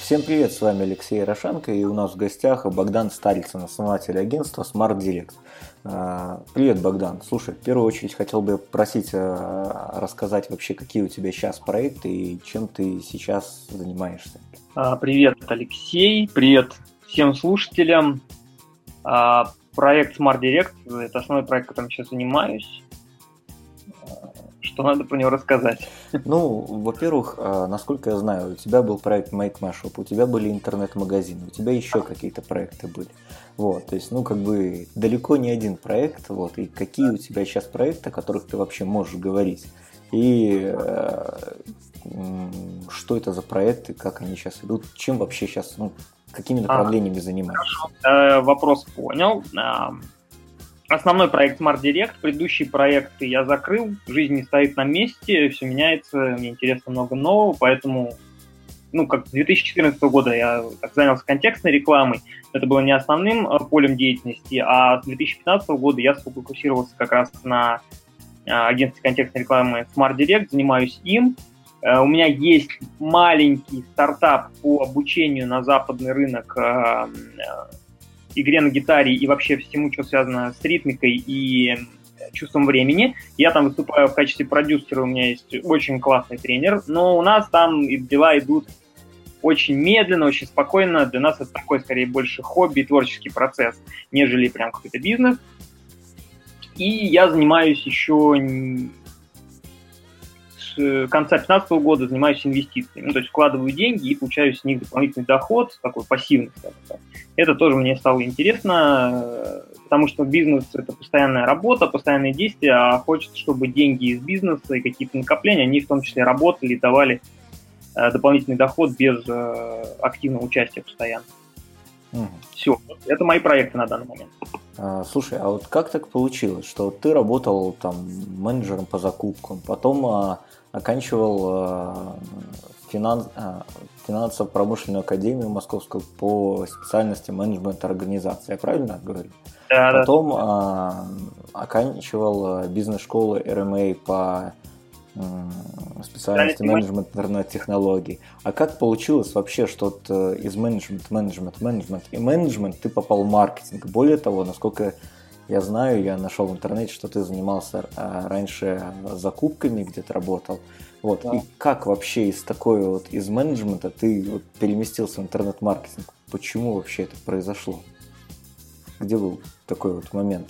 Всем привет, с вами Алексей Рошенко, и у нас в гостях Богдан Старицын, основатель агентства Smart Direct. Привет, Богдан. Слушай, в первую очередь хотел бы просить рассказать вообще, какие у тебя сейчас проекты и чем ты сейчас занимаешься. Привет, Алексей, привет всем слушателям. Проект Smart Direct – это основной проект, которым сейчас занимаюсь. Что надо про него рассказать? Ну, во-первых, насколько я знаю, у тебя был проект Make My Shop, у тебя были интернет-магазины, у тебя еще какие-то проекты были. Вот, то есть, далеко не один проект, вот, и какие у тебя сейчас проекты, о которых ты вообще можешь говорить, и что это за проекты, как они сейчас идут, чем вообще сейчас, какими направлениями занимаешься? Вопрос понял. Основной проект Smart Direct, предыдущие проекты я закрыл, жизнь не стоит на месте, все меняется, мне интересно много нового, поэтому, как с 2014 года я занялся контекстной рекламой, это было не основным полем деятельности, а с 2015 года я сфокусировался как раз на агентстве контекстной рекламы Smart Direct, занимаюсь им. У меня есть маленький стартап по обучению на западный рынок игре на гитаре и вообще всему, что связано с ритмикой и чувством времени. Я там выступаю в качестве продюсера, у меня есть очень классный тренер, но у нас там дела идут очень медленно, очень спокойно. Для нас это такой, скорее, больше хобби, творческий процесс, нежели прям какой-то бизнес. И я занимаюсь еще с конца 2015 года занимаюсь инвестициями. То есть вкладываю деньги и получаю с них дополнительный доход, такой пассивный, скажем так. Это тоже мне стало интересно, потому что бизнес – это постоянная работа, постоянные действия, а хочется, чтобы деньги из бизнеса и какие-то накопления, они в том числе работали и давали дополнительный доход без активного участия постоянно. Все, это мои проекты на данный момент. Слушай, а вот как так получилось, что ты работал там менеджером по закупкам, потом оканчивал финансово-промышленную академию Московскую по специальности менеджмент организации, я правильно говорю? Да, потом оканчивал бизнес-школу РМА по специальности менеджмент интернет-технологий. А как получилось вообще, что из менеджмент ты попал в маркетинг? Более того, насколько я знаю, я нашел в интернете, что ты занимался раньше закупками, где-то работал. Вот. Да. И как вообще из менеджмента ты переместился в интернет-маркетинг? Почему вообще это произошло? Где был такой момент?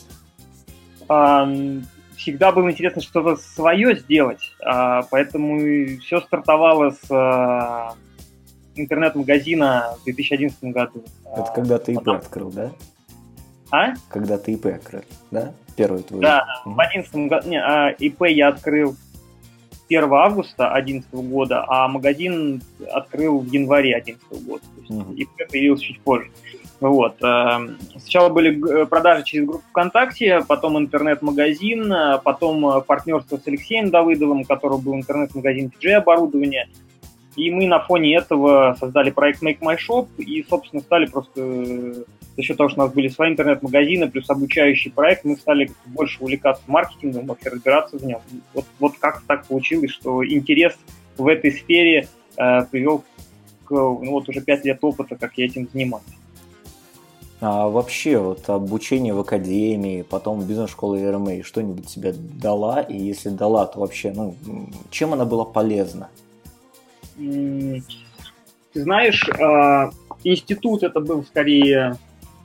Всегда было интересно что-то свое сделать, поэтому все стартовало с интернет-магазина в 2011 году. Это когда ты ИП открыл, да? Когда ты ИП открыл, да? Первый твой. Да, в 2011 году. ИП я открыл 1 августа 2011 года, а магазин открыл в январе 2011 года. То есть ИП появился чуть позже. Вот. Сначала были продажи через группу ВКонтакте, потом интернет-магазин, потом партнерство с Алексеем Давыдовым, у которого был интернет-магазин PJ-оборудования. И мы на фоне этого создали проект Make My Shop и, собственно, стали просто за счет того, что у нас были свои интернет-магазины, плюс обучающий проект, мы стали больше увлекаться маркетингом, вообще разбираться в нем. Вот как так получилось, что интерес в этой сфере привел к уже 5 лет опыта, как я этим занимаюсь. А вообще, обучение в академии, потом бизнес-школа РМА, что-нибудь тебе дала? И если дала, то вообще, чем она была полезна? Ты знаешь, институт это был скорее...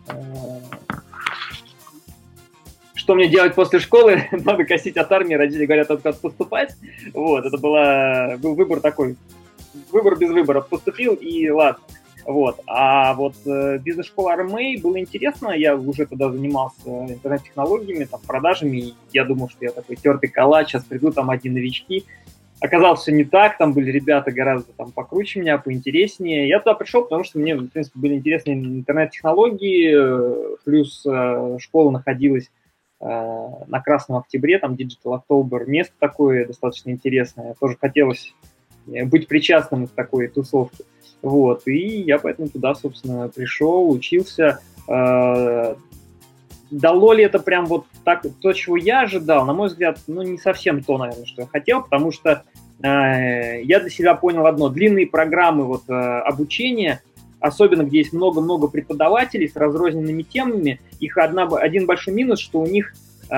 Что мне делать после школы? Надо косить от армии, родители говорят, откуда поступать. Вот, это был выбор такой. Выбор без выбора. Поступил и ладно. Вот. А бизнес-школа РМА было интересно, я уже тогда занимался интернет-технологиями, продажами, я думал, что я такой тертый калач, сейчас придут одни новички. Оказалось, все не так, там были ребята гораздо покруче меня, поинтереснее. Я туда пришел, потому что мне, в принципе, были интересны интернет-технологии, плюс школа находилась на Красном Октябре, там Digital October, место такое достаточно интересное, тоже хотелось быть причастным к такой тусовке. Вот, и я поэтому туда, собственно, пришел, учился. Дало ли это прям так, то, чего я ожидал? На мой взгляд, не совсем то, наверное, что я хотел, потому что я для себя понял одно. Длинные программы вот, обучения, особенно где есть много-много преподавателей с разрозненными темами, их один большой минус, что у них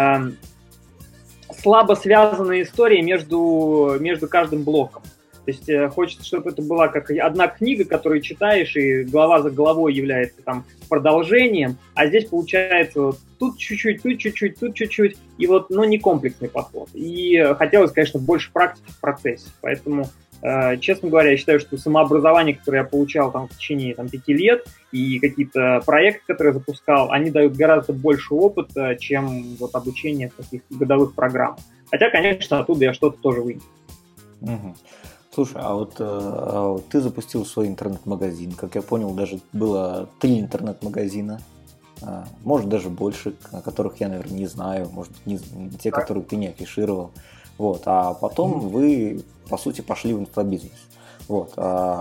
слабо связанная история между каждым блоком. То есть хочется, чтобы это была как одна книга, которую читаешь, и глава за головой является там продолжением, а здесь получается вот тут чуть-чуть, тут чуть-чуть, тут чуть-чуть, и вот, ну, не комплексный подход. И хотелось, конечно, больше практики в процессе, поэтому, честно говоря, я считаю, что самообразование, которое я получал там в течение 5 лет, и какие-то проекты, которые я запускал, они дают гораздо больше опыта, чем вот обучение в таких годовых программах. Хотя, конечно, оттуда я что-то тоже вынес. Угу. Слушай, а вот ты запустил свой интернет-магазин. Как я понял, даже было 3 интернет-магазина. Может, даже больше, о которых я, наверное, не знаю. Может, не те, которые ты не афишировал. Вот. А потом вы, по сути, пошли в инфобизнес. Вот.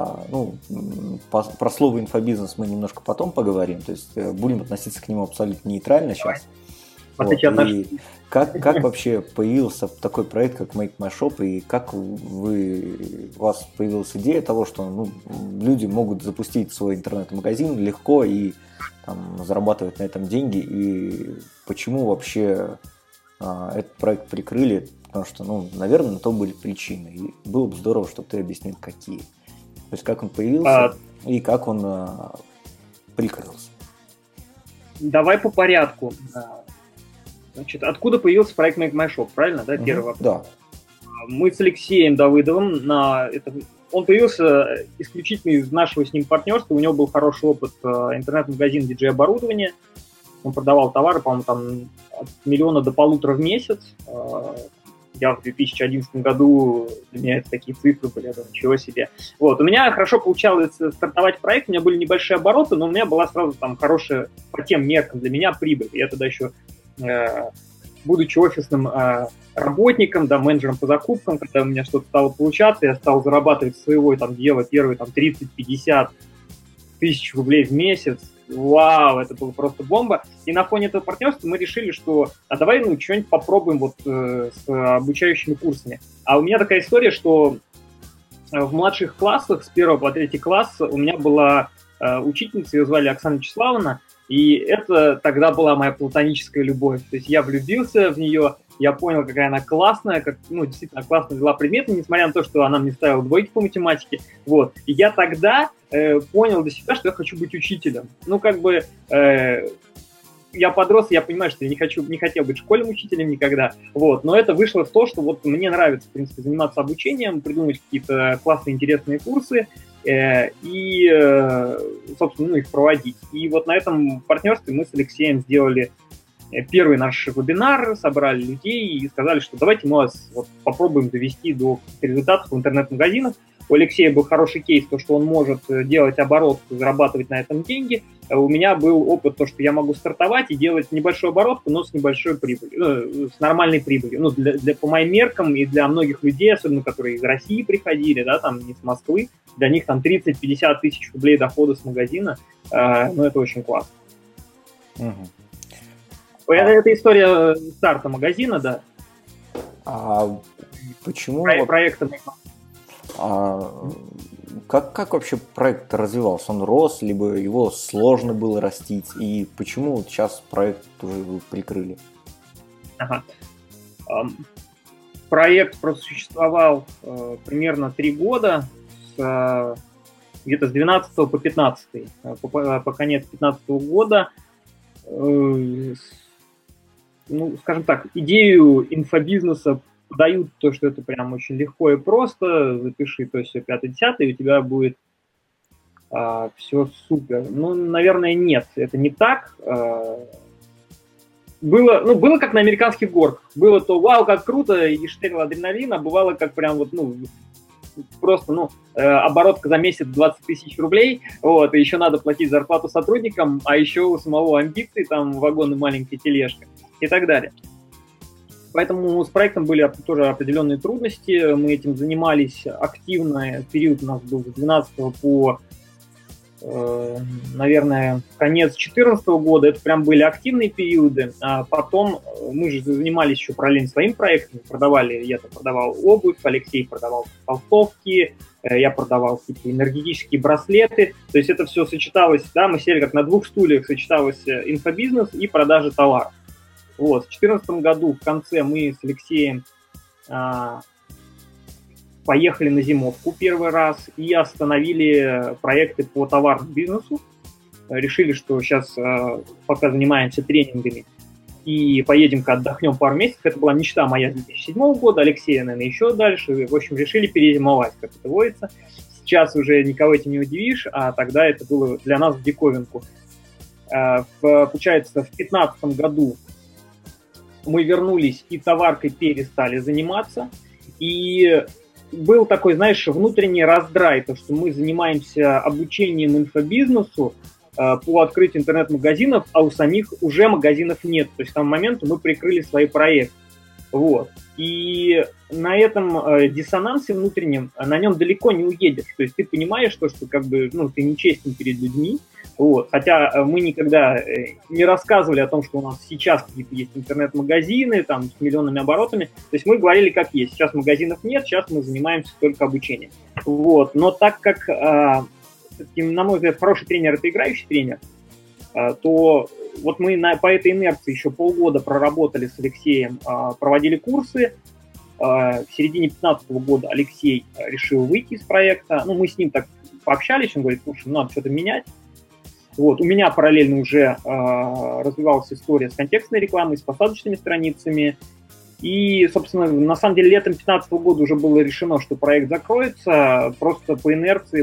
Про слово инфобизнес мы немножко потом поговорим. То есть будем относиться к нему абсолютно нейтрально сейчас. Вот. И как вообще появился такой проект, как Make My Shop, и как у вас появилась идея того, что люди могут запустить свой интернет-магазин легко и там, зарабатывать на этом деньги, и почему вообще этот проект прикрыли, потому что, наверное, на то были причины, и было бы здорово, чтобы ты объяснил, какие. То есть как он появился и как он прикрылся. Давай по порядку. Значит, откуда появился проект Make My Shop, правильно, да, первый вопрос? Да. Мы с Алексеем Давыдовым, он появился исключительно из нашего с ним партнерства, у него был хороший опыт интернет-магазин диджей-оборудования, он продавал товары, по-моему, там от 1 миллиона до 1,5 в месяц. Я в 2011 году, для меня это такие цифры были, я думаю, ничего себе. Вот, у меня хорошо получалось стартовать проект, у меня были небольшие обороты, но у меня была сразу там хорошая, по тем меркам для меня, прибыль. Я тогда еще, будучи офисным работником, да, менеджером по закупкам, когда у меня что-то стало получаться, я стал зарабатывать своего дела первые 30-50 тысяч рублей в месяц. Вау, это было просто бомба. И на фоне этого партнерства мы решили, что давай что-нибудь попробуем вот с обучающими курсами. А у меня такая история, что в младших классах, с 1 по 3 класс, у меня была учительница, ее звали Оксана Вячеславовна, и это тогда была моя платоническая любовь. То есть я влюбился в нее, я понял, какая она классная, действительно классно вела предметы, несмотря на то, что она мне ставила двойки по математике. Вот. И я тогда понял для себя, что я хочу быть учителем. Я подрос, я понимаю, что я не хотел быть школьным учителем никогда. Вот. Но это вышло в то, что вот мне нравится, в принципе, заниматься обучением, придумывать какие-то классные, интересные курсы, и, собственно, их проводить. И вот на этом партнерстве мы с Алексеем сделали первый наш вебинар, собрали людей и сказали, что давайте мы вас попробуем довести до результатов в интернет-магазинах. У Алексея был хороший кейс, то, что он может делать оборотку, зарабатывать на этом деньги. У меня был опыт, то, что я могу стартовать и делать небольшую оборотку, но с небольшой прибылью, с нормальной прибылью. По моим меркам и для многих людей, особенно которые из России приходили, да, там не с Москвы, для них там 30-50 тысяч рублей дохода с магазина, это очень классно. Угу. Это история старта магазина, да. А почему... Проекта. Как вообще проект развивался? Он рос, либо его сложно было растить? И почему вот сейчас проект уже вы прикрыли? Ага. Проект просуществовал примерно 3 года, где-то с 12 по 15, по конец 15 года. Скажем так, идею инфобизнеса подают то, что это прям очень легко и просто, запиши то все 5-10, и у тебя будет все супер. Наверное, нет, это не так. Было как на американских горках. Было то вау, как круто, и штырил адреналин, а бывало как прям просто, оборотка за месяц 20 тысяч рублей, вот, и еще надо платить зарплату сотрудникам, а еще у самого амбиции, там, вагон и маленькая тележка и так далее. Поэтому с проектом были тоже определенные трудности, мы этим занимались активно, период у нас был с 12 по наверное, конец 2014 года, это прям были активные периоды, а потом мы же занимались еще параллельно своим проектом, я-то продавал обувь, Алексей продавал толстовки, я продавал какие-то энергетические браслеты, то есть это все сочеталось, да, мы сели как на двух стульях, сочеталось инфобизнес и продажа товаров. Вот, в 2014 году в конце мы с Алексеем поехали на зимовку первый раз и остановили проекты по товарному бизнесу. Решили, что сейчас пока занимаемся тренингами и поедем-ка отдохнем пару месяцев. Это была мечта моя с 2007 года, Алексея, наверное, еще дальше. В общем, решили перезимовать, как это водится. Сейчас уже никого этим не удивишь, а тогда это было для нас в диковинку. Получается, в 2015 году мы вернулись и товаркой перестали заниматься. И был такой, знаешь, внутренний раздрай, то, что мы занимаемся обучением инфобизнесу по открытию интернет-магазинов, а у самих уже магазинов нет. То есть к тому моменту мы прикрыли свои проекты. Вот. И на этом диссонансе внутреннем, на нем далеко не уедешь. То есть ты понимаешь, что как бы, ты нечестен перед людьми. Вот. Хотя мы никогда не рассказывали о том, что у нас сейчас какие-то есть интернет-магазины там, с миллионными оборотами. То есть мы говорили как есть. Сейчас магазинов нет, сейчас мы занимаемся только обучением. Вот. Но так как, на мой взгляд, хороший тренер – это играющий тренер, то вот мы по этой инерции еще полгода проработали с Алексеем, проводили курсы. В середине 2015 года Алексей решил выйти из проекта. Мы с ним так пообщались, он говорит, слушай, надо что-то менять. Вот. У меня параллельно уже развивалась история с контекстной рекламой, с посадочными страницами. И, собственно, на самом деле летом 2015 года уже было решено, что проект закроется. Просто по инерции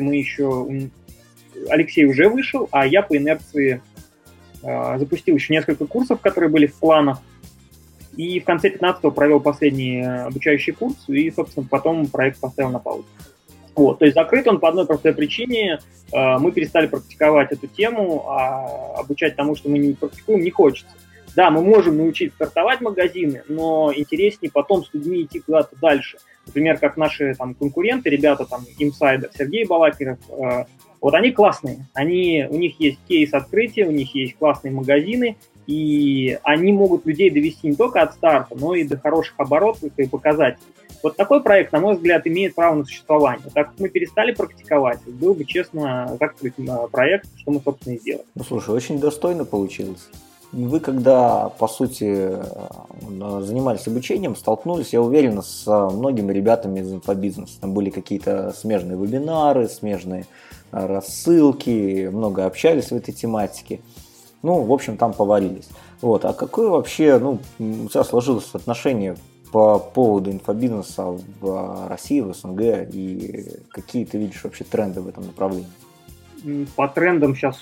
Алексей уже вышел, а я по инерции запустил еще несколько курсов, которые были в планах. И в конце 2015-го провел последний обучающий курс, и, собственно, потом проект поставил на паузу. Вот, то есть закрыт он по одной простой причине. Мы перестали практиковать эту тему, а обучать тому, что мы не практикуем, не хочется. Да, мы можем научить стартовать магазины, но интереснее потом с людьми идти куда-то дальше. Например, как наши там конкуренты, ребята, там, Insider, Сергей Балакиров, вот они классные. У них есть кейс открытия, у них есть классные магазины, и они могут людей довести не только от старта, но и до хороших оборотов и показателей. Вот такой проект, на мой взгляд, имеет право на существование. Так как мы перестали практиковать, было бы честно закрыть проект, что мы, собственно, и сделали. Слушай, очень достойно получилось. Вы, когда, по сути, занимались обучением, столкнулись, я уверен, с многими ребятами из инфобизнеса. Там были какие-то смежные вебинары, смежные рассылки, много общались в этой тематике. В общем, там поварились. Вот. А какое вообще, у тебя сложилось отношение по поводу инфобизнеса в России, в СНГ, и какие ты видишь вообще тренды в этом направлении? По трендам сейчас,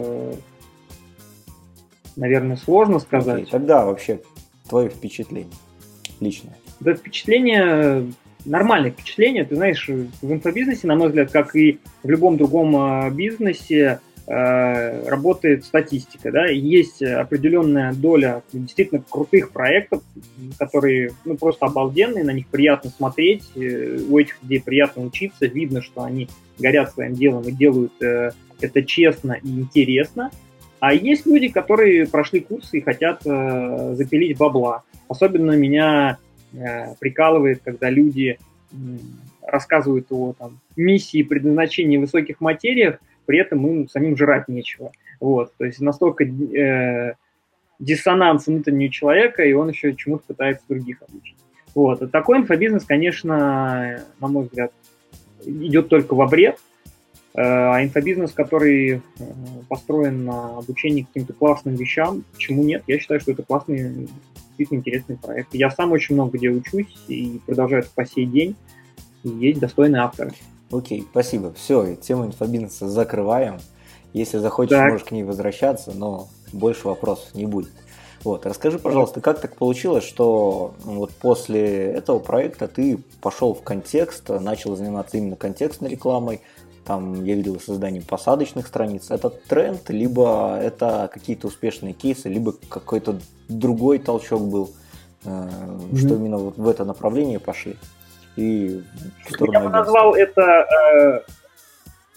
наверное, сложно сказать. Окей, тогда вообще твое впечатление личное. Да, впечатление, нормальное впечатление. Ты знаешь, в инфобизнесе, на мой взгляд, как и в любом другом бизнесе, работает статистика, да, есть определенная доля действительно крутых проектов, которые, просто обалденные, на них приятно смотреть, у этих людей приятно учиться, видно, что они горят своим делом и делают это честно и интересно, а есть люди, которые прошли курсы и хотят запилить бабла. Особенно меня прикалывает, когда люди рассказывают о миссии и предназначении в высоких материях, при этом им самим жрать нечего. Вот. То есть настолько диссонанс внутреннего человека, и он еще чему-то пытается других обучить. Вот. И такой инфобизнес, конечно, на мой взгляд, идет только во бред. А инфобизнес, который построен на обучении каким-то классным вещам, почему нет? Я считаю, что это классный, действительно интересный проект. Я сам очень много где учусь и продолжаю это по сей день. И есть достойные авторы. Окей, спасибо. Все, тему инфобизнеса закрываем. Если захочешь, можешь к ней возвращаться, но больше вопросов не будет. Вот, расскажи, пожалуйста, как так получилось, что вот после этого проекта ты пошел в контекст, начал заниматься именно контекстной рекламой, там я видел создание посадочных страниц. Это тренд, либо это какие-то успешные кейсы, либо какой-то другой толчок был, что именно вот в это направление пошли. И я бы назвал это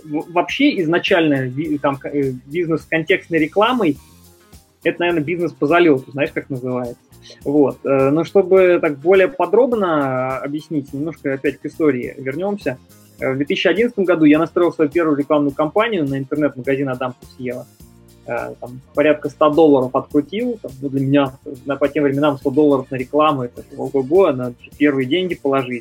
вообще изначально там, бизнес с контекстной рекламой, это, наверное, бизнес по залету, знаешь, как называется. Вот. Но чтобы так более подробно объяснить, немножко опять к истории вернемся. В 2011 году я настроил свою первую рекламную кампанию на интернет-магазин «Адам плюс Ева». Там, порядка $100 открутил. Там, ну, для меня по тем временам $100 на рекламу, это ого-го, надо первые деньги положить.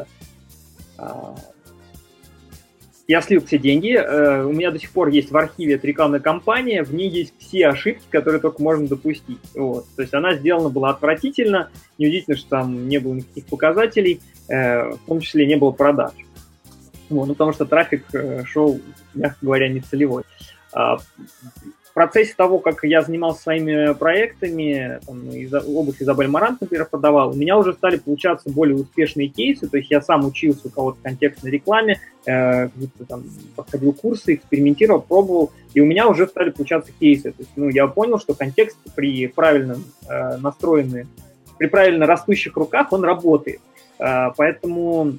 Я слил все деньги. У меня до сих пор есть в архиве эта рекламная кампания, в ней есть все ошибки, которые только можно допустить. Вот. То есть она сделана была отвратительно. Неудивительно, что там не было никаких показателей, в том числе не было продаж. Вот, ну, потому что трафик шел, мягко говоря, не целевой. В процессе того, как я занимался своими проектами, там, обувь Изабель Марант, например, продавал, у меня уже стали получаться более успешные кейсы, то есть я сам учился у кого-то в контекстной рекламе, там, проходил курсы, экспериментировал, пробовал, и у меня уже стали получаться кейсы. То есть, ну, я понял, что контекст при правильно настроенный, при правильно растущих руках, он работает. Поэтому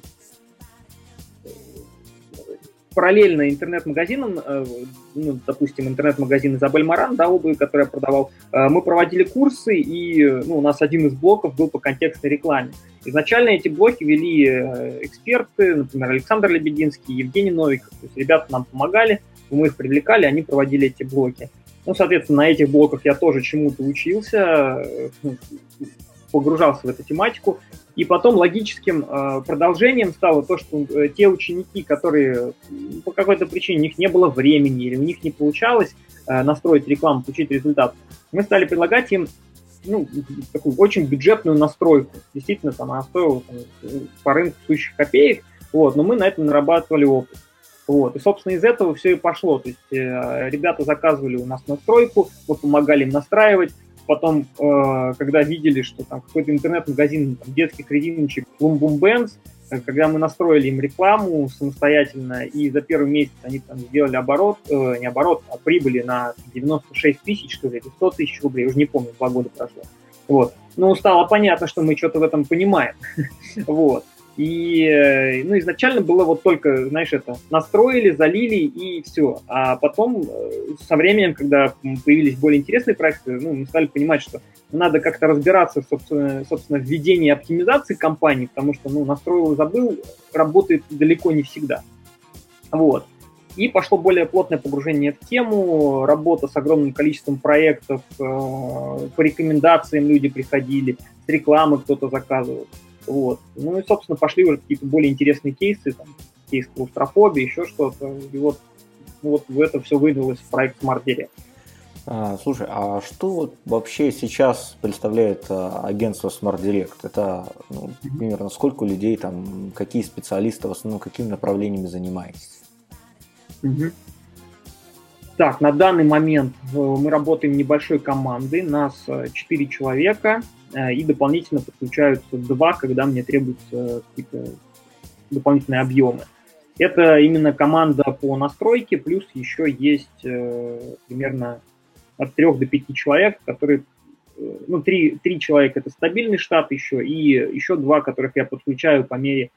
параллельно интернет-магазинам, ну, допустим, интернет-магазин Изабель Маран, да, обувь, который я продавал, мы проводили курсы, и ну, у нас один из блоков был по контекстной рекламе. Изначально эти блоки вели эксперты, например, Александр Лебединский, Евгений Новиков. То есть ребята нам помогали, мы их привлекали, они проводили эти блоки. Ну, соответственно, на этих блоках я тоже чему-то учился, погружался в эту тематику. И потом логическим продолжением стало то, что те ученики, которые по какой-то причине у них не было времени или у них не получалось настроить рекламу, получить результат, мы стали предлагать им такую очень бюджетную настройку. Действительно, там она стоила по рынку сущих копеек, вот, но мы на этом нарабатывали опыт. Вот. И, собственно, из этого все и пошло. То есть ребята заказывали у нас настройку, мы помогали им настраивать. Потом, когда видели, что там какой-то интернет-магазин там, детских резиночек Boom Boom Bands, когда мы настроили им рекламу самостоятельно, и за первый месяц они там сделали прибыли на 96 тысяч, что ли, или 100 тысяч рублей, уже не помню, 2 года прошло. Вот. Ну, стало понятно, что мы что-то в этом понимаем. Вот. И, ну, изначально было вот только, знаешь, это настроили, залили и все. А потом, со временем, когда появились более интересные проекты, ну, мы стали понимать, что надо как-то разбираться, собственно, в введении оптимизации компании, потому что, ну, настроил и забыл, работает далеко не всегда. Вот. И пошло более плотное погружение в тему, работа с огромным количеством проектов, по рекомендациям люди приходили, с рекламы кто-то заказывал. Вот. Ну и, собственно, пошли уже какие-то более интересные кейсы, там, кейс клаустрофобии, еще что-то. И вот в это все вылилось в проект Smart Direct. Слушай, а что вообще сейчас представляет агентство Smart Direct? Это примерно сколько людей, там, какие специалисты, в основном какими направлениями занимаетесь? Так, на данный момент мы работаем небольшой командой, нас 4 человека, и дополнительно подключаются 2, когда мне требуются какие-то дополнительные объемы. Это именно команда по настройке, плюс еще есть примерно от 3 до 5 человек, которые, ну, 3 человека это стабильный штат еще, и еще 2, которых я подключаю по мере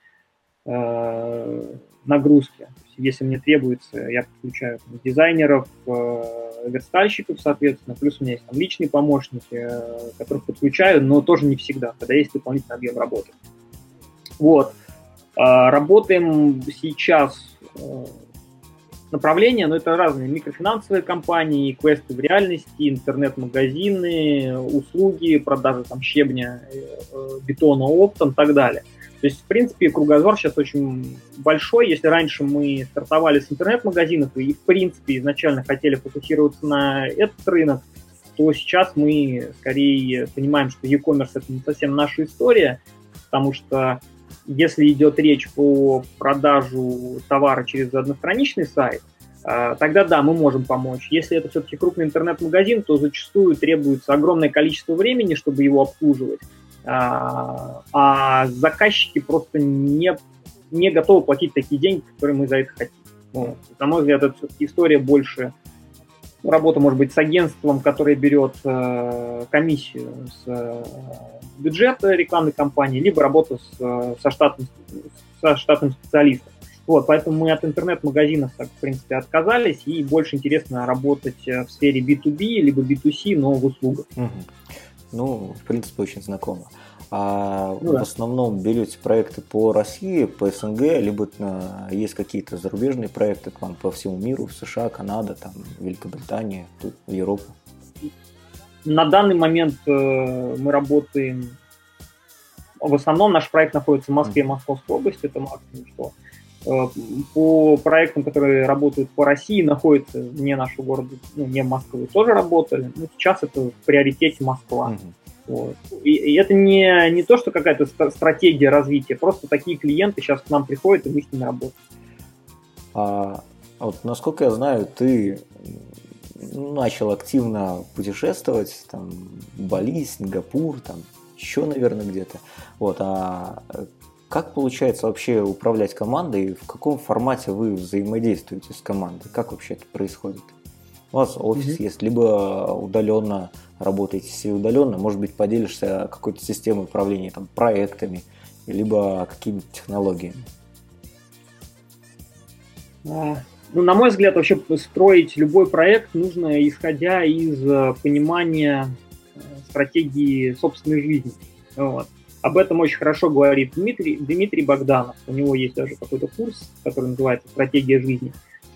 нагрузки. Если мне требуется, я подключаю дизайнеров, верстальщиков, соответственно, плюс у меня есть там личные помощники, которых подключаю, но тоже не всегда, когда есть дополнительный объем работы. Вот. Работаем сейчас направления, но это разные микрофинансовые компании, квесты в реальности, интернет-магазины, услуги, продажи там щебня, бетона оптом и так далее. То есть, в принципе, кругозор сейчас очень большой. Если раньше мы стартовали с интернет-магазинов и, в принципе, изначально хотели фокусироваться на этот рынок, то сейчас мы скорее понимаем, что e-commerce – это не совсем наша история, потому что если идет речь по продажу товара через одностраничный сайт, тогда да, мы можем помочь. Если это все-таки крупный интернет-магазин, то зачастую требуется огромное количество времени, чтобы его обслуживать. А заказчики просто не готовы платить такие деньги, которые мы за это хотим. Вот. На мой взгляд, это все-таки история больше, работа, может быть, с агентством, которое берет комиссию с бюджета рекламной кампании, либо работа со штатным специалистом. Вот, поэтому мы от интернет-магазинов, так, в принципе, отказались, и больше интересно работать в сфере B2B, либо B2C, но в услугах. Угу. Ну, в принципе, очень знакомо. В основном берете проекты по России, по СНГ, либо есть какие-то зарубежные проекты к вам по всему миру, в США, Канада, там, Великобритания, тут, в Европу? На данный момент мы работаем... В основном наш проект находится в Москве, Московской области, это максимум, что по проектам, которые работают по России, находятся вне нашего города, не Москвы, тоже работали. Но сейчас это в приоритете Москва. Вот. И это не то, что какая-то стратегия развития, просто такие клиенты сейчас к нам приходят, и мы с ними работаем. Вот, насколько я знаю, ты начал активно путешествовать, там, Бали, Сингапур, там, еще, наверное, где-то. Вот, как получается вообще управлять командой? В каком формате вы взаимодействуете с командой? Как вообще это происходит? У вас офис есть, либо удаленно работаете, если удаленно, может быть, поделишься какой-то системой управления, там, проектами, либо какими-то технологиями? На мой взгляд, вообще строить любой проект нужно, исходя из понимания стратегии собственной жизни. Вот. Об этом очень хорошо говорит Дмитрий Богданов. У него есть даже какой-то курс, который называется «Стратегия жизни».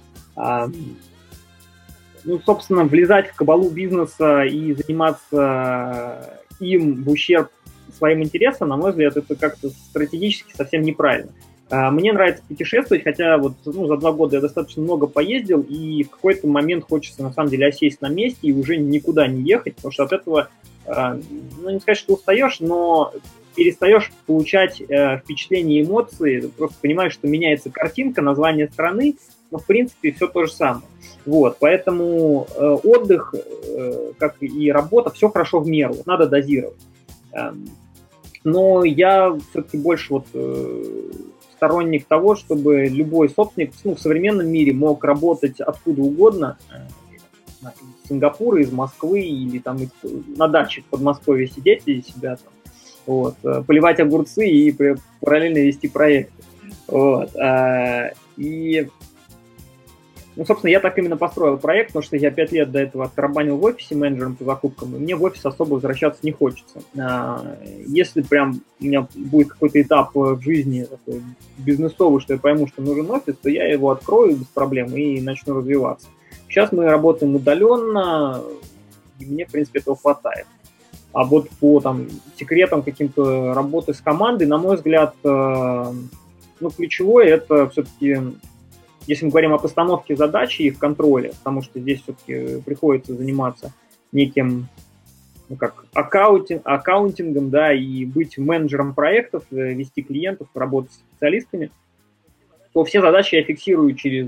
Собственно, влезать в кабалу бизнеса и заниматься им в ущерб своим интересам, на мой взгляд, это как-то стратегически совсем неправильно. Мне нравится путешествовать, хотя вот за 2 года я достаточно много поездил, и в какой-то момент хочется, на самом деле, осесть на месте и уже никуда не ехать, потому что от этого, не сказать, что устаешь, но перестаешь получать впечатления и эмоции, просто понимаешь, что меняется картинка, название страны, но, в принципе, все то же самое. Вот, поэтому отдых, как и работа, все хорошо в меру, надо дозировать. Но я все-таки больше сторонник того, чтобы любой собственник в современном мире мог работать откуда угодно, из Сингапура, из Москвы, или там на даче в Подмосковье сидеть и себя там, поливать огурцы и параллельно вести проекты. Вот. И собственно, я так именно построил проект, потому что я 5 лет до этого оттарабанил в офисе менеджером по закупкам, и мне в офис особо возвращаться не хочется. Если прям у меня будет какой-то этап в жизни такой бизнесовый, что я пойму, что нужен офис, то я его открою без проблем и начну развиваться. Сейчас мы работаем удаленно, и мне, в принципе, этого хватает. А вот по секретам каким-то работы с командой, на мой взгляд, ключевое это все-таки... Если мы говорим о постановке задачи и их контроле, потому что здесь все-таки приходится заниматься неким аккаунтингом, да, и быть менеджером проектов, вести клиентов, работать с специалистами, то все задачи я фиксирую через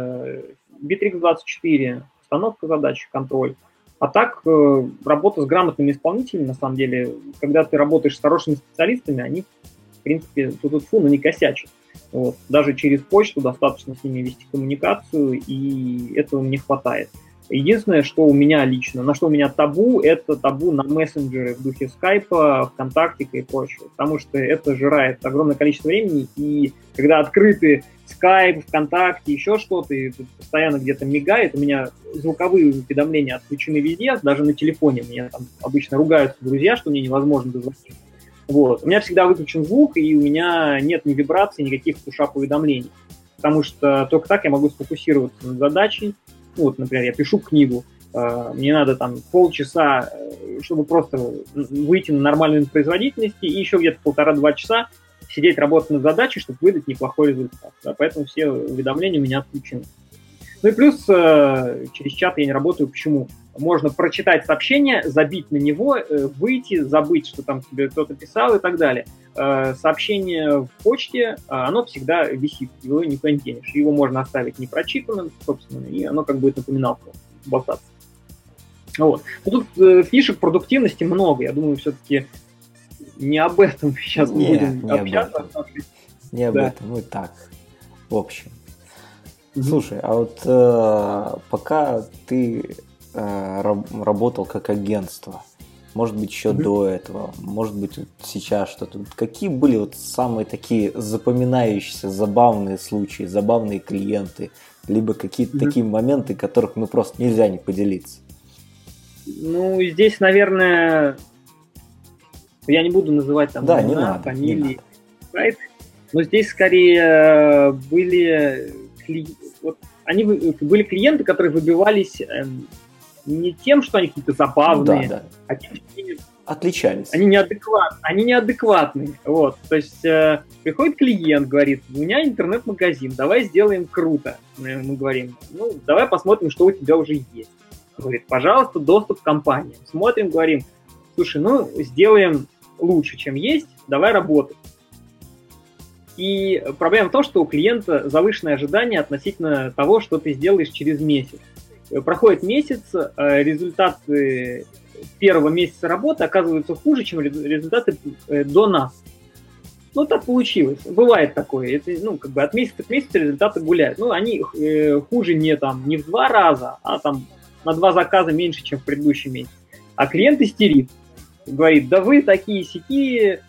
Bittrex24, постановка задач, контроль. А так, работа с грамотными исполнителями, на самом деле, когда ты работаешь с хорошими специалистами, они, в принципе, но не косячат. Вот. Даже через почту достаточно с ними вести коммуникацию, и этого мне хватает. Единственное, что у меня лично, на что у меня табу, это табу на мессенджеры в духе скайпа, ВКонтакте и прочего, потому что это жирает огромное количество времени, и когда открыты скайп, ВКонтакте, еще что-то, и постоянно где-то мигает, у меня звуковые уведомления отключены везде, даже на телефоне меня там обычно ругаются друзья, что мне невозможно дозвониться. Вот. У меня всегда выключен звук, и у меня нет ни вибраций, никаких пуш-ап-уведомлений. Потому что только так я могу сфокусироваться над задачей. Например, я пишу книгу, мне надо там полчаса, чтобы просто выйти на нормальную производительность, и еще где-то 1,5-2 часа сидеть, работать над задачей, чтобы выдать неплохой результат. Да? Поэтому все уведомления у меня отключены. И плюс через чат я не работаю. Почему? Можно прочитать сообщение, забить на него, выйти, забыть, что там тебе кто-то писал и так далее. Сообщение в почте, оно всегда висит, его никуда не денешь. Его можно оставить непрочитанным, собственно, и оно как будет напоминалка болтаться. Вот. Тут фишек продуктивности много. Я думаю, все-таки не об этом сейчас мы будем общаться. Не об этом, ну и так, в общем. Слушай, а вот пока ты работал как агентство, может быть, еще до этого, может быть, вот сейчас что-то. Какие были вот самые такие запоминающиеся, забавные случаи, забавные клиенты, либо какие-то такие моменты, которых просто нельзя не поделиться? Ну, здесь, наверное, я не буду называть там имена, фамилии, сайты, но здесь скорее были были клиенты, которые выбивались не тем, что они какие-то забавные, а тем, что они отличались. Они неадекватные. Вот. То есть приходит клиент, говорит, у меня интернет-магазин, давай сделаем круто. Мы говорим, давай посмотрим, что у тебя уже есть. Говорит, пожалуйста, доступ к компаниям. Смотрим, говорим, слушай, сделаем лучше, чем есть, давай работать. И проблема в том, что у клиента завышенные ожидания относительно того, что ты сделаешь через месяц. Проходит месяц, результаты первого месяца работы оказываются хуже, чем результаты до нас. Так получилось. Бывает такое. Это, от месяца к месяцу результаты гуляют. Они хуже не в 2 раза, а на 2 заказа меньше, чем в предыдущий месяц. А клиент истерит. Говорит, да вы такие-сякие.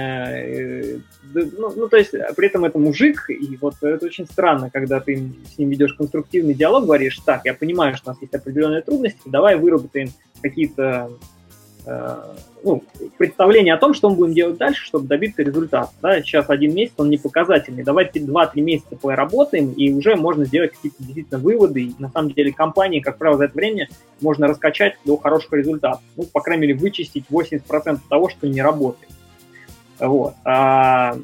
То есть, при этом это мужик, и вот это очень странно, когда ты с ним ведешь конструктивный диалог, говоришь, так, я понимаю, что у нас есть определенные трудности, давай выработаем какие-то представления о том, что мы будем делать дальше, чтобы добиться результата. Да? Сейчас 1 месяц, он не показательный, давайте 2-3 месяца поработаем, и уже можно сделать какие-то действительно выводы, и на самом деле компании, как правило, за это время можно раскачать до хорошего результата. По крайней мере, вычистить 80% того, что не работает. Вот. А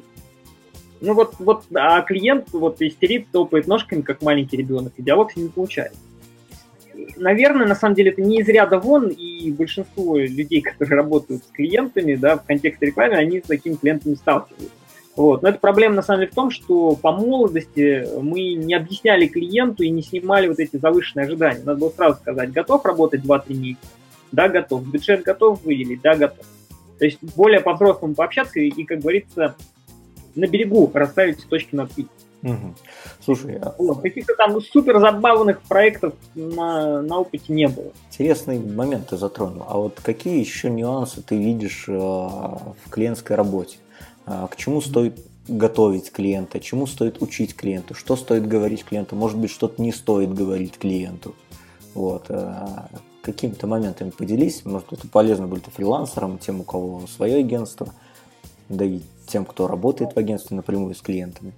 клиент истерит, топает ножками, как маленький ребенок, и диалог с ним не получается. Наверное, на самом деле это не из ряда вон, и большинство людей, которые работают с клиентами, в контексте рекламы, они с такими клиентами сталкиваются. Вот. Но эта проблема на самом деле в том, что по молодости мы не объясняли клиенту и не снимали эти завышенные ожидания. Надо было сразу сказать, готов работать 2-3 месяца? Да, готов. Бюджет готов выделить? Да, готов. То есть более по-взрослому пообщаться и, как говорится, на берегу расставить точки над «и». Угу. Слушай, каких-то супер забавных проектов на опыте не было. Интересный момент ты затронул. А вот какие еще нюансы ты видишь в клиентской работе? К чему стоит готовить клиента, чему стоит учить клиенту, что стоит говорить клиенту, может быть, что-то не стоит говорить клиенту. Вот. Какими-то моментами поделись, может, это полезно будет и фрилансерам, тем, у кого свое агентство, да и тем, кто работает в агентстве напрямую с клиентами.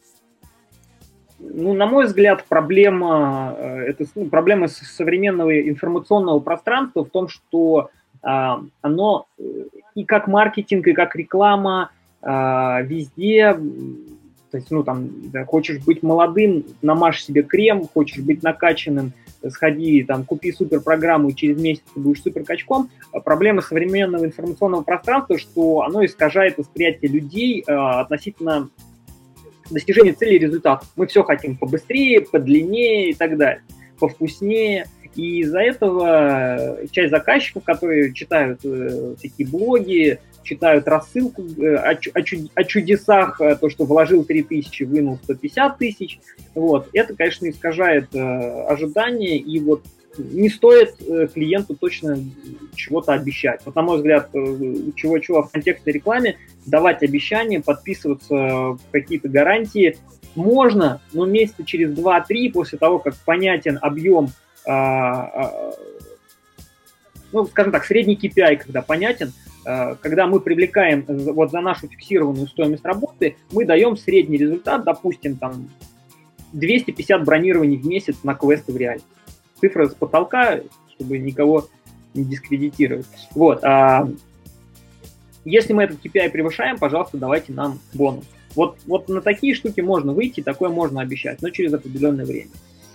На мой взгляд, проблема современного информационного пространства в том, что оно и как маркетинг, и как реклама везде, то есть, хочешь быть молодым, намажь себе крем, хочешь быть накачанным, сходи, купи суперпрограмму, и через месяц ты будешь суперкачком. Проблема современного информационного пространства, что оно искажает восприятие людей относительно достижения целей и результатов. Мы все хотим побыстрее, подлиннее и так далее, повкуснее. И из-за этого часть заказчиков, которые читают такие блоги, читают рассылку о чудесах, то, что вложил 3000, вынул 150 тысяч, это, конечно, искажает ожидания, и не стоит клиенту точно чего-то обещать. На мой взгляд, чего в контексте рекламы давать обещания, подписываться в какие-то гарантии можно, но месяца через 2-3 после того, как понятен объем, скажем так, средний KPI, когда понятен, когда мы привлекаем за нашу фиксированную стоимость работы, мы даем средний результат, допустим, 250 бронирований в месяц на квесты в реальности. Цифра с потолка, чтобы никого не дискредитировать. Если мы этот KPI превышаем, пожалуйста, давайте нам бонус. На такие штуки можно выйти, такое можно обещать, но через определенное время.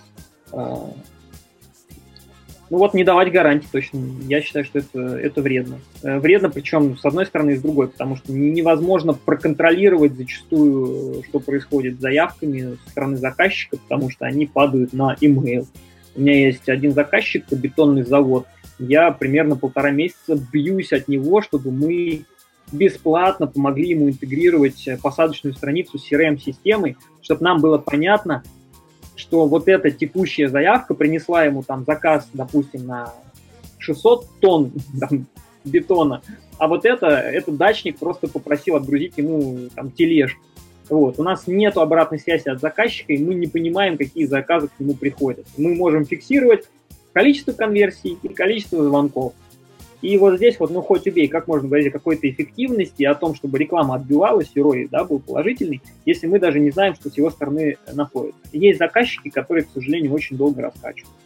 Не давать гарантий точно. Я считаю, что это вредно. Вредно, причем с одной стороны и с другой, потому что невозможно проконтролировать зачастую, что происходит с заявками со стороны заказчика, потому что они падают на email. У меня есть один заказчик, бетонный завод. Я примерно 1,5 месяца бьюсь от него, чтобы мы бесплатно помогли ему интегрировать посадочную страницу с CRM-системой, чтобы нам было понятно, что эта текущая заявка принесла ему заказ, допустим, на 600 тонн бетона, а вот этот дачник просто попросил отгрузить ему там тележку. Вот. У нас нет обратной связи от заказчика, и мы не понимаем, какие заказы к нему приходят. Мы можем фиксировать количество конверсий и количество звонков. И вот здесь вот, ну, хоть убей, как можно говорить о какой-то эффективности, о том, чтобы реклама отбивалась, и ROI, да, был положительный, если мы даже не знаем, что с его стороны находится. Есть заказчики, которые, к сожалению, очень долго раскачиваются.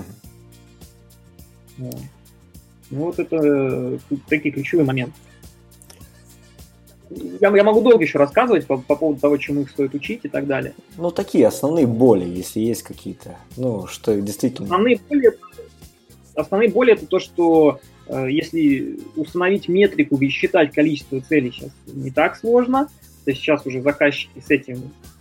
Вот. Ну, вот это такие ключевые моменты. Я могу долго еще рассказывать по поводу того, чему их стоит учить и так далее. Ну, такие основные боли, если есть какие-то, ну, что действительно... Основные боли это то, что если установить метрику и считать количество целей сейчас не так сложно, то есть сейчас уже заказчики с этим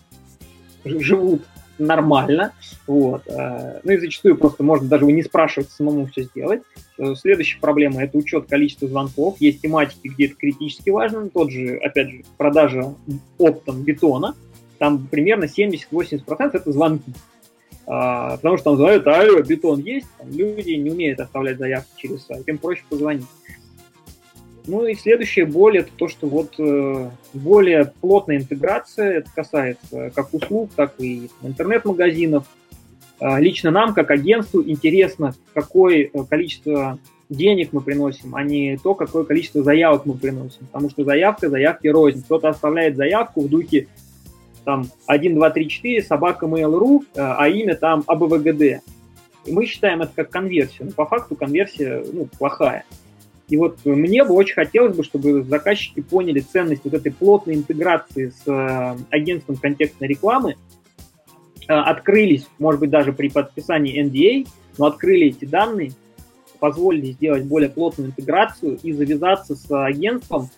живут нормально, вот. Ну и зачастую просто можно даже не спрашивать, самому все сделать. Следующая проблема – это учет количества звонков. Есть тематики, где это критически важно. Тот же, опять же, продажа оптом бетона, там примерно 70-80% это звонки. Потому что там звонят, алло, бетон есть, там люди не умеют оставлять заявки через сайт, им проще позвонить. Ну и следующая боль – это то, что вот более плотная интеграция, это касается как услуг, так и интернет-магазинов. Лично нам, как агентству, интересно, какое количество денег мы приносим, а не то, какое количество заявок мы приносим. Потому что заявки рознь. Кто-то оставляет заявку в духе там 1, 2, 3, 4, собака Mail.ru, а имя там АБВГД. И мы считаем это как конверсию. Но по факту конверсия плохая. И вот мне бы очень хотелось бы, чтобы заказчики поняли ценность вот этой плотной интеграции с агентством контекстной рекламы, открылись, может быть, даже при подписании NDA, но открыли эти данные, позволили сделать более плотную интеграцию и завязаться с агентством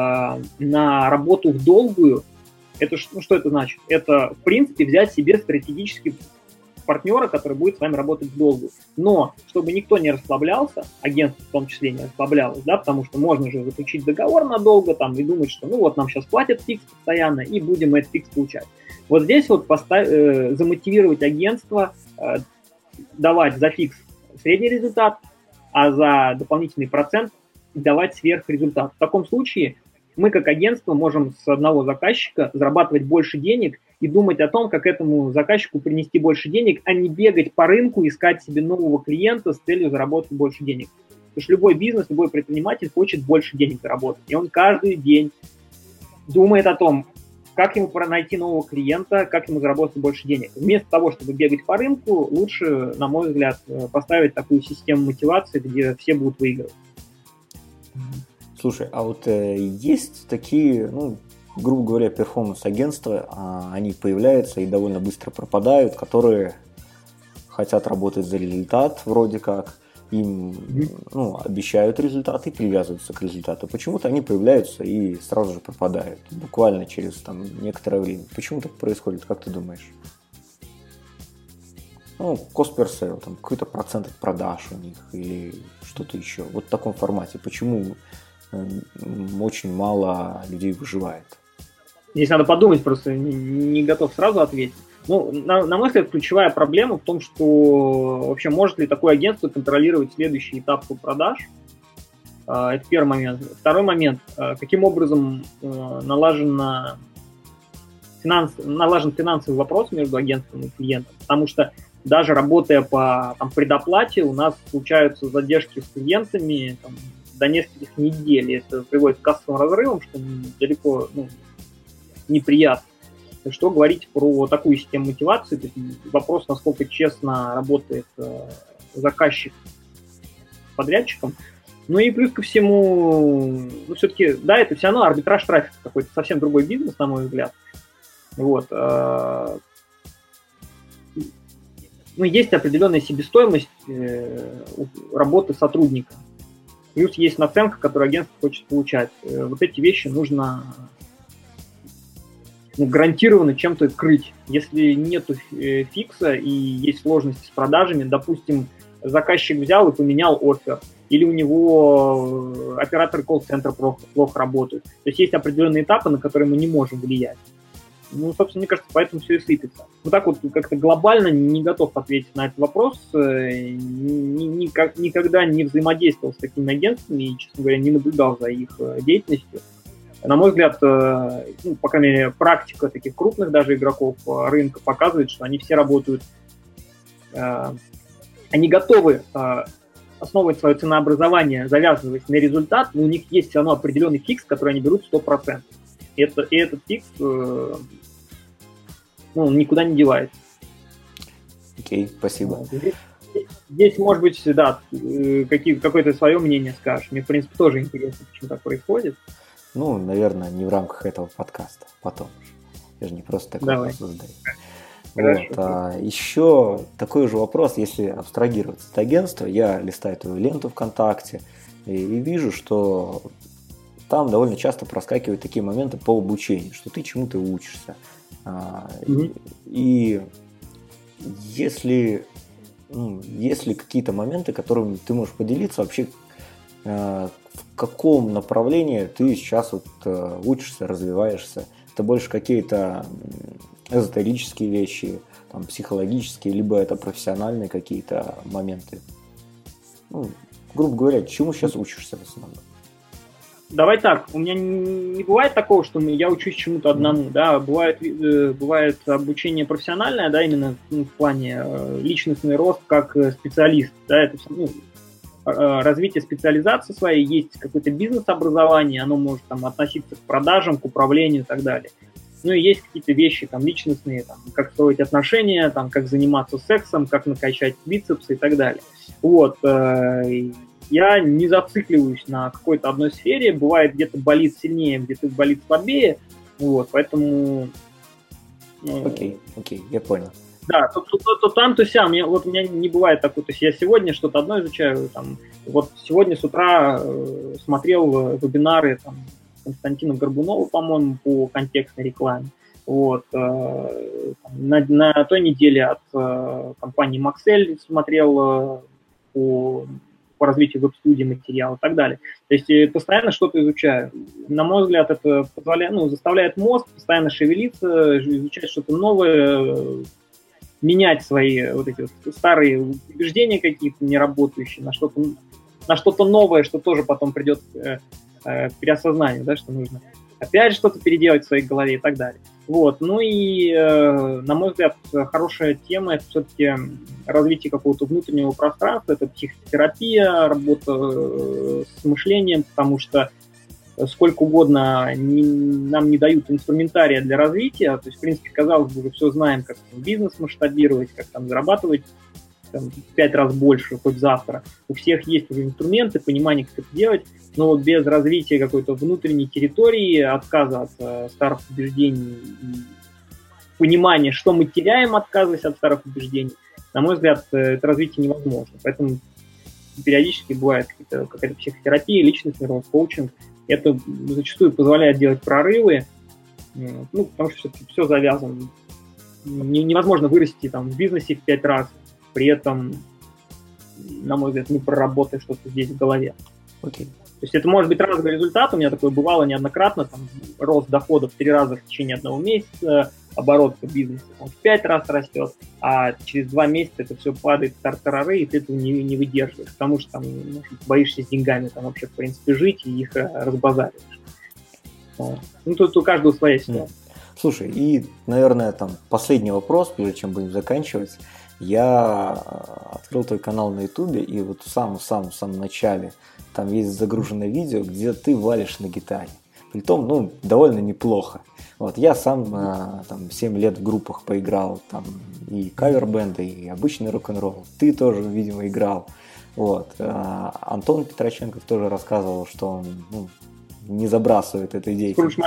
на работу в долгую. Это, что это значит? Это, в принципе, взять себе стратегический партнера, который будет с вами работать в долгую. Но, чтобы никто не расслаблялся, агентство в том числе не расслаблялось, да, потому что можно же заключить договор надолго там, и думать, что вот нам сейчас платят фикс постоянно, и будем этот фикс получать. Вот здесь вот замотивировать агентство давать за фикс средний результат, а за дополнительный процент давать сверхрезультат. В таком случае мы как агентство можем с одного заказчика зарабатывать больше денег и думать о том, как этому заказчику принести больше денег, а не бегать по рынку, искать себе нового клиента с целью заработать больше денег. Потому что любой бизнес, любой предприниматель хочет больше денег заработать. И он каждый день думает о том, как ему найти нового клиента, как ему заработать больше денег. Вместо того, чтобы бегать по рынку, лучше, на мой взгляд, поставить такую систему мотивации, где все будут выигрывать. Слушай, а вот есть такие, грубо говоря, перформанс-агентства, они появляются и довольно быстро пропадают, которые хотят работать за результат вроде как, им обещают результат и привязываются к результату. Почему-то они появляются и сразу же пропадают, буквально через некоторое время. Почему так происходит, как ты думаешь? Cost per sale, какой-то процент от продаж у них или что-то еще. Вот в таком формате. Почему очень мало людей выживает? Здесь надо подумать, просто не готов сразу ответить. На мой взгляд, ключевая проблема в том, что вообще может ли такое агентство контролировать следующий этап продаж. Это первый момент. Второй момент. Каким образом налажен финансовый вопрос между агентством и клиентом. Потому что даже работая по предоплате, у нас случаются задержки с клиентами до нескольких недель. И это приводит к кассовым разрывам, что далеко неприятно. Что говорить про такую систему мотивации? То есть вопрос, насколько честно работает заказчик с подрядчиком. И плюс ко всему, все-таки, да, это все равно арбитраж трафика, какой-то совсем другой бизнес, на мой взгляд. Вот. Есть определенная себестоимость работы сотрудника. Плюс есть наценка, которую агентство хочет получать. Вот эти вещи нужно гарантированно чем-то крыть. Если нет фикса и есть сложности с продажами, допустим, заказчик взял и поменял оффер, или у него операторы колл-центра плохо работают. То есть есть определенные этапы, на которые мы не можем влиять. Ну, собственно, мне кажется, поэтому все и сыпется. Вот так вот как-то глобально не готов ответить на этот вопрос. Никогда не взаимодействовал с такими агентствами и, честно говоря, не наблюдал за их деятельностью. На мой взгляд, ну, по крайней мере, практика таких крупных даже игроков рынка показывает, что они все работают, они готовы основывать свое ценообразование, завязываясь на результат, но у них есть все равно определенный фикс, который они берут 100%. И этот фикс никуда не девается. Окей, спасибо. Здесь, может быть, да, какое-то свое мнение скажешь. Мне, в принципе, тоже интересно, почему так происходит. Ну, наверное, не в рамках этого подкаста, потом. Я же не просто такой вопрос задаю. Вот. Еще такой же вопрос, если абстрагироваться от агентства, я листаю твою ленту ВКонтакте и вижу, что там довольно часто проскакивают такие моменты по обучению, что ты чему-то учишься. И если какие-то моменты, которыми ты можешь поделиться, вообще в каком направлении ты сейчас вот учишься, развиваешься? Это больше какие-то эзотерические вещи, там, психологические, либо это профессиональные какие-то моменты? Ну, грубо говоря, чему сейчас учишься в основном? Давай так, у меня не бывает такого, что я учусь чему-то одному, да, бывает обучение профессиональное, да, именно в плане личностный рост как специалист, да, это развитие специализации своей, есть какое-то бизнес-образование, оно может там относиться к продажам, к управлению и так далее. Ну и есть какие-то вещи там личностные, там, как строить отношения, там, как заниматься сексом, как накачать бицепсы и так далее. Вот. Я не зацикливаюсь на какой-то одной сфере, бывает где-то болит сильнее, где-то болит слабее, вот, поэтому... Окей, я понял. Да, то там, то сям. У меня не бывает такого. То есть я сегодня что-то одно изучаю. Там, вот сегодня с утра смотрел вебинары там, Константина Горбунова, по-моему, по контекстной рекламе. Вот. На той неделе от компании Maxell смотрел по развитию веб-студии материала и так далее. То есть постоянно что-то изучаю. На мой взгляд, это позволяет, заставляет мозг постоянно шевелиться, изучать что-то новое, менять свои вот эти вот старые убеждения какие-то неработающие на что-то новое, что тоже потом придет к переосознанию, да, что нужно опять что-то переделать в своей голове и так далее. Вот. Ну и, на мой взгляд, хорошая тема – это все-таки развитие какого-то внутреннего пространства, это психотерапия, работа с мышлением, потому что сколько угодно нам не дают инструментария для развития, то есть, в принципе, казалось бы, уже все знаем, как бизнес масштабировать, как там зарабатывать там, в 5 раз больше, хоть завтра. У всех есть уже инструменты, понимание, как это делать, но вот без развития какой-то внутренней территории, отказа от старых убеждений и понимания, что мы теряем, отказываясь от старых убеждений, на мой взгляд, это развитие невозможно. Поэтому периодически бывает какая-то психотерапия, личностный рост, коучинг. Это зачастую позволяет делать прорывы, потому что все-таки все завязано. Невозможно вырасти там, в бизнесе в 5 раз, при этом, на мой взгляд, не проработая что-то здесь в голове. Окей. То есть это может быть разовый результат, у меня такое бывало неоднократно, там, рост доходов в 3 раза в течение 1 месяца, оборот по бизнесу в 5 раз растет, а через 2 месяца это все падает в тартарары, и ты этого не выдерживаешь, потому что там, боишься с деньгами там вообще, в принципе, жить и их разбазариваешь. Ну, тут у каждого своя ситуация. Слушай, и, наверное, там последний вопрос, прежде чем будем заканчивать. Я открыл твой канал на Ютубе, и вот в самом начале там есть загруженное видео, где ты валишь на гитаре. Притом, довольно неплохо. Вот, я сам там 7 лет в группах поиграл, там и кавер-бенды, и обычный рок-н-ролл. Ты тоже, видимо, играл. Вот. Антон Петроченков тоже рассказывал, что он не забрасывает этой деятельностью.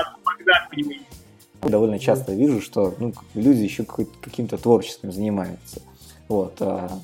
Довольно часто вижу, что люди еще каким-то творчеством занимаются. Вот.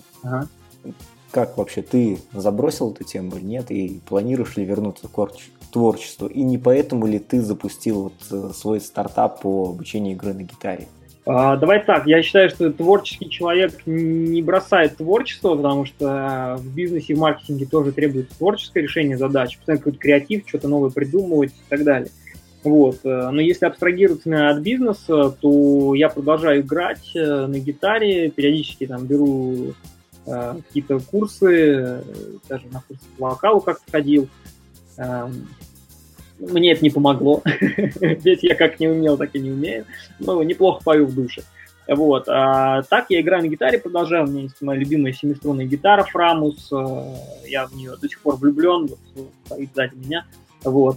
Как вообще ты забросил эту тему или нет, и планируешь ли вернуться к творчеству? И не поэтому ли ты запустил свой стартап по обучению игры на гитаре? Давай так, я считаю, что творческий человек не бросает творчество, потому что в бизнесе и в маркетинге тоже требуется творческое решение задач, постоянно какой-то креатив, что-то новое придумывать и так далее. Вот. Но если абстрагироваться от бизнеса, то я продолжаю играть на гитаре, периодически там беру какие-то курсы, даже на курсы по вокалу как-то ходил. Мне это не помогло, ведь я как не умел, так и не умею, но неплохо пою в душе. Вот. А так я играю на гитаре, продолжаю, у меня есть моя любимая семиструнная гитара Фрамус, я в нее до сих пор влюблен, вот, стоит сзади меня. Вот.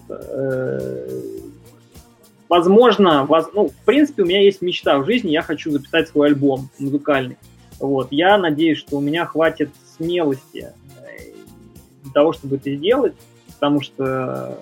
Возможно, ну, в принципе, у меня есть мечта в жизни, я хочу записать свой альбом музыкальный. Вот. Я надеюсь, что у меня хватит смелости для того, чтобы это сделать, потому что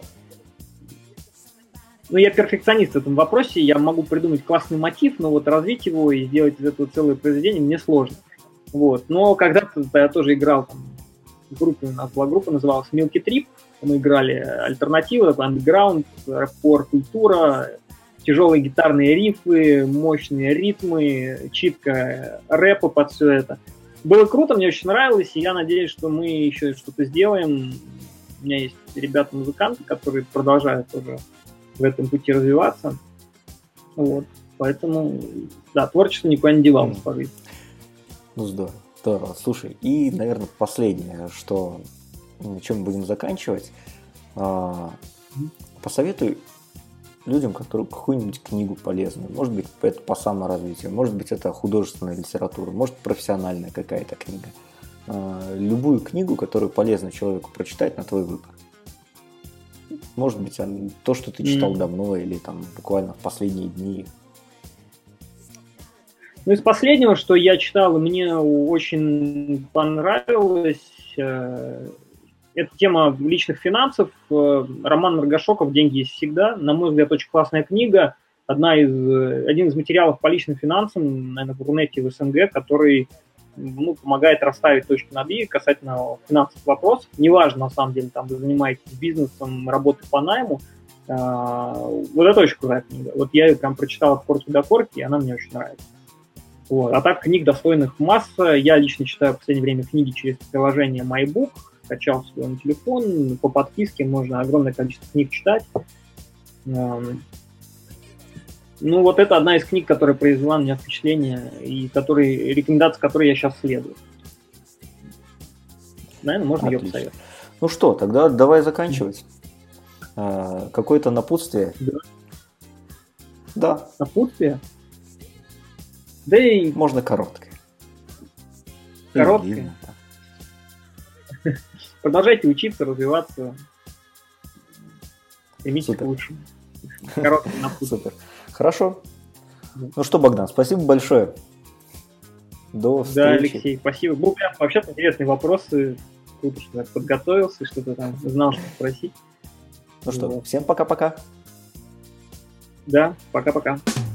я перфекционист в этом вопросе, я могу придумать классный мотив, но вот развить его и сделать из этого целое произведение мне сложно. Вот. Но когда-то я тоже играл там, в группе, у нас была группа, называлась Milky Trip, мы играли альтернативу, такой андеграунд, рэп-кор, культура, тяжелые гитарные рифы, мощные ритмы, читка рэпа под все это. Было круто, мне очень нравилось, и я надеюсь, что мы еще что-то сделаем. У меня есть ребята-музыканты, которые продолжают тоже в этом пути развиваться. Вот. Поэтому, да, творчество никуда не девалось по жизни. Ну, здорово. Здорово. Слушай, и, наверное, последнее, что чем мы будем заканчивать, посоветуй людям, которые какую-нибудь книгу полезную. Может быть, это по саморазвитию, может быть, это художественная литература, может, профессиональная какая-то книга. Любую книгу, которую полезно человеку прочитать на твой выбор. Может быть, то, что ты читал давно или там буквально в последние дни. Ну, из последнего, что я читал, и мне очень понравилось, это тема личных финансов. Роман Маргашоков «Деньги есть всегда». На мой взгляд, очень классная книга. Один из материалов по личным финансам, наверное, в Рунете, в СНГ, который помогает расставить точки над «и» касательно финансовых вопросов. Неважно, на самом деле, там вы занимаетесь бизнесом, работой по найму. Вот это очень крутая книга. Вот я ее прям прочитал от корки до корки, и она мне очень нравится. Вот. А так книг достойных масса. Я лично читаю в последнее время книги через приложение MyBook, скачал свой на телефон, по подписке можно огромное количество книг читать. Вот это одна из книг, которая произвела на меня впечатление и рекомендации которой я сейчас следую. Наверное, можно ее посоветовать. Ну что, тогда давай заканчивать. Какое-то напутствие? Да. Напутствие? Да и... Можно короткое. Короткое. Продолжайте учиться, развиваться. Стремитесь к лучшему. Короткое напутствие. Супер. Хорошо. Ну что, Богдан, спасибо большое. До встречи. Да, Алексей, спасибо. Был прям вообще-то интересные вопросы. Круто, что я подготовился, что-то там знал, что спросить. Ну что, всем пока-пока. Да, пока-пока.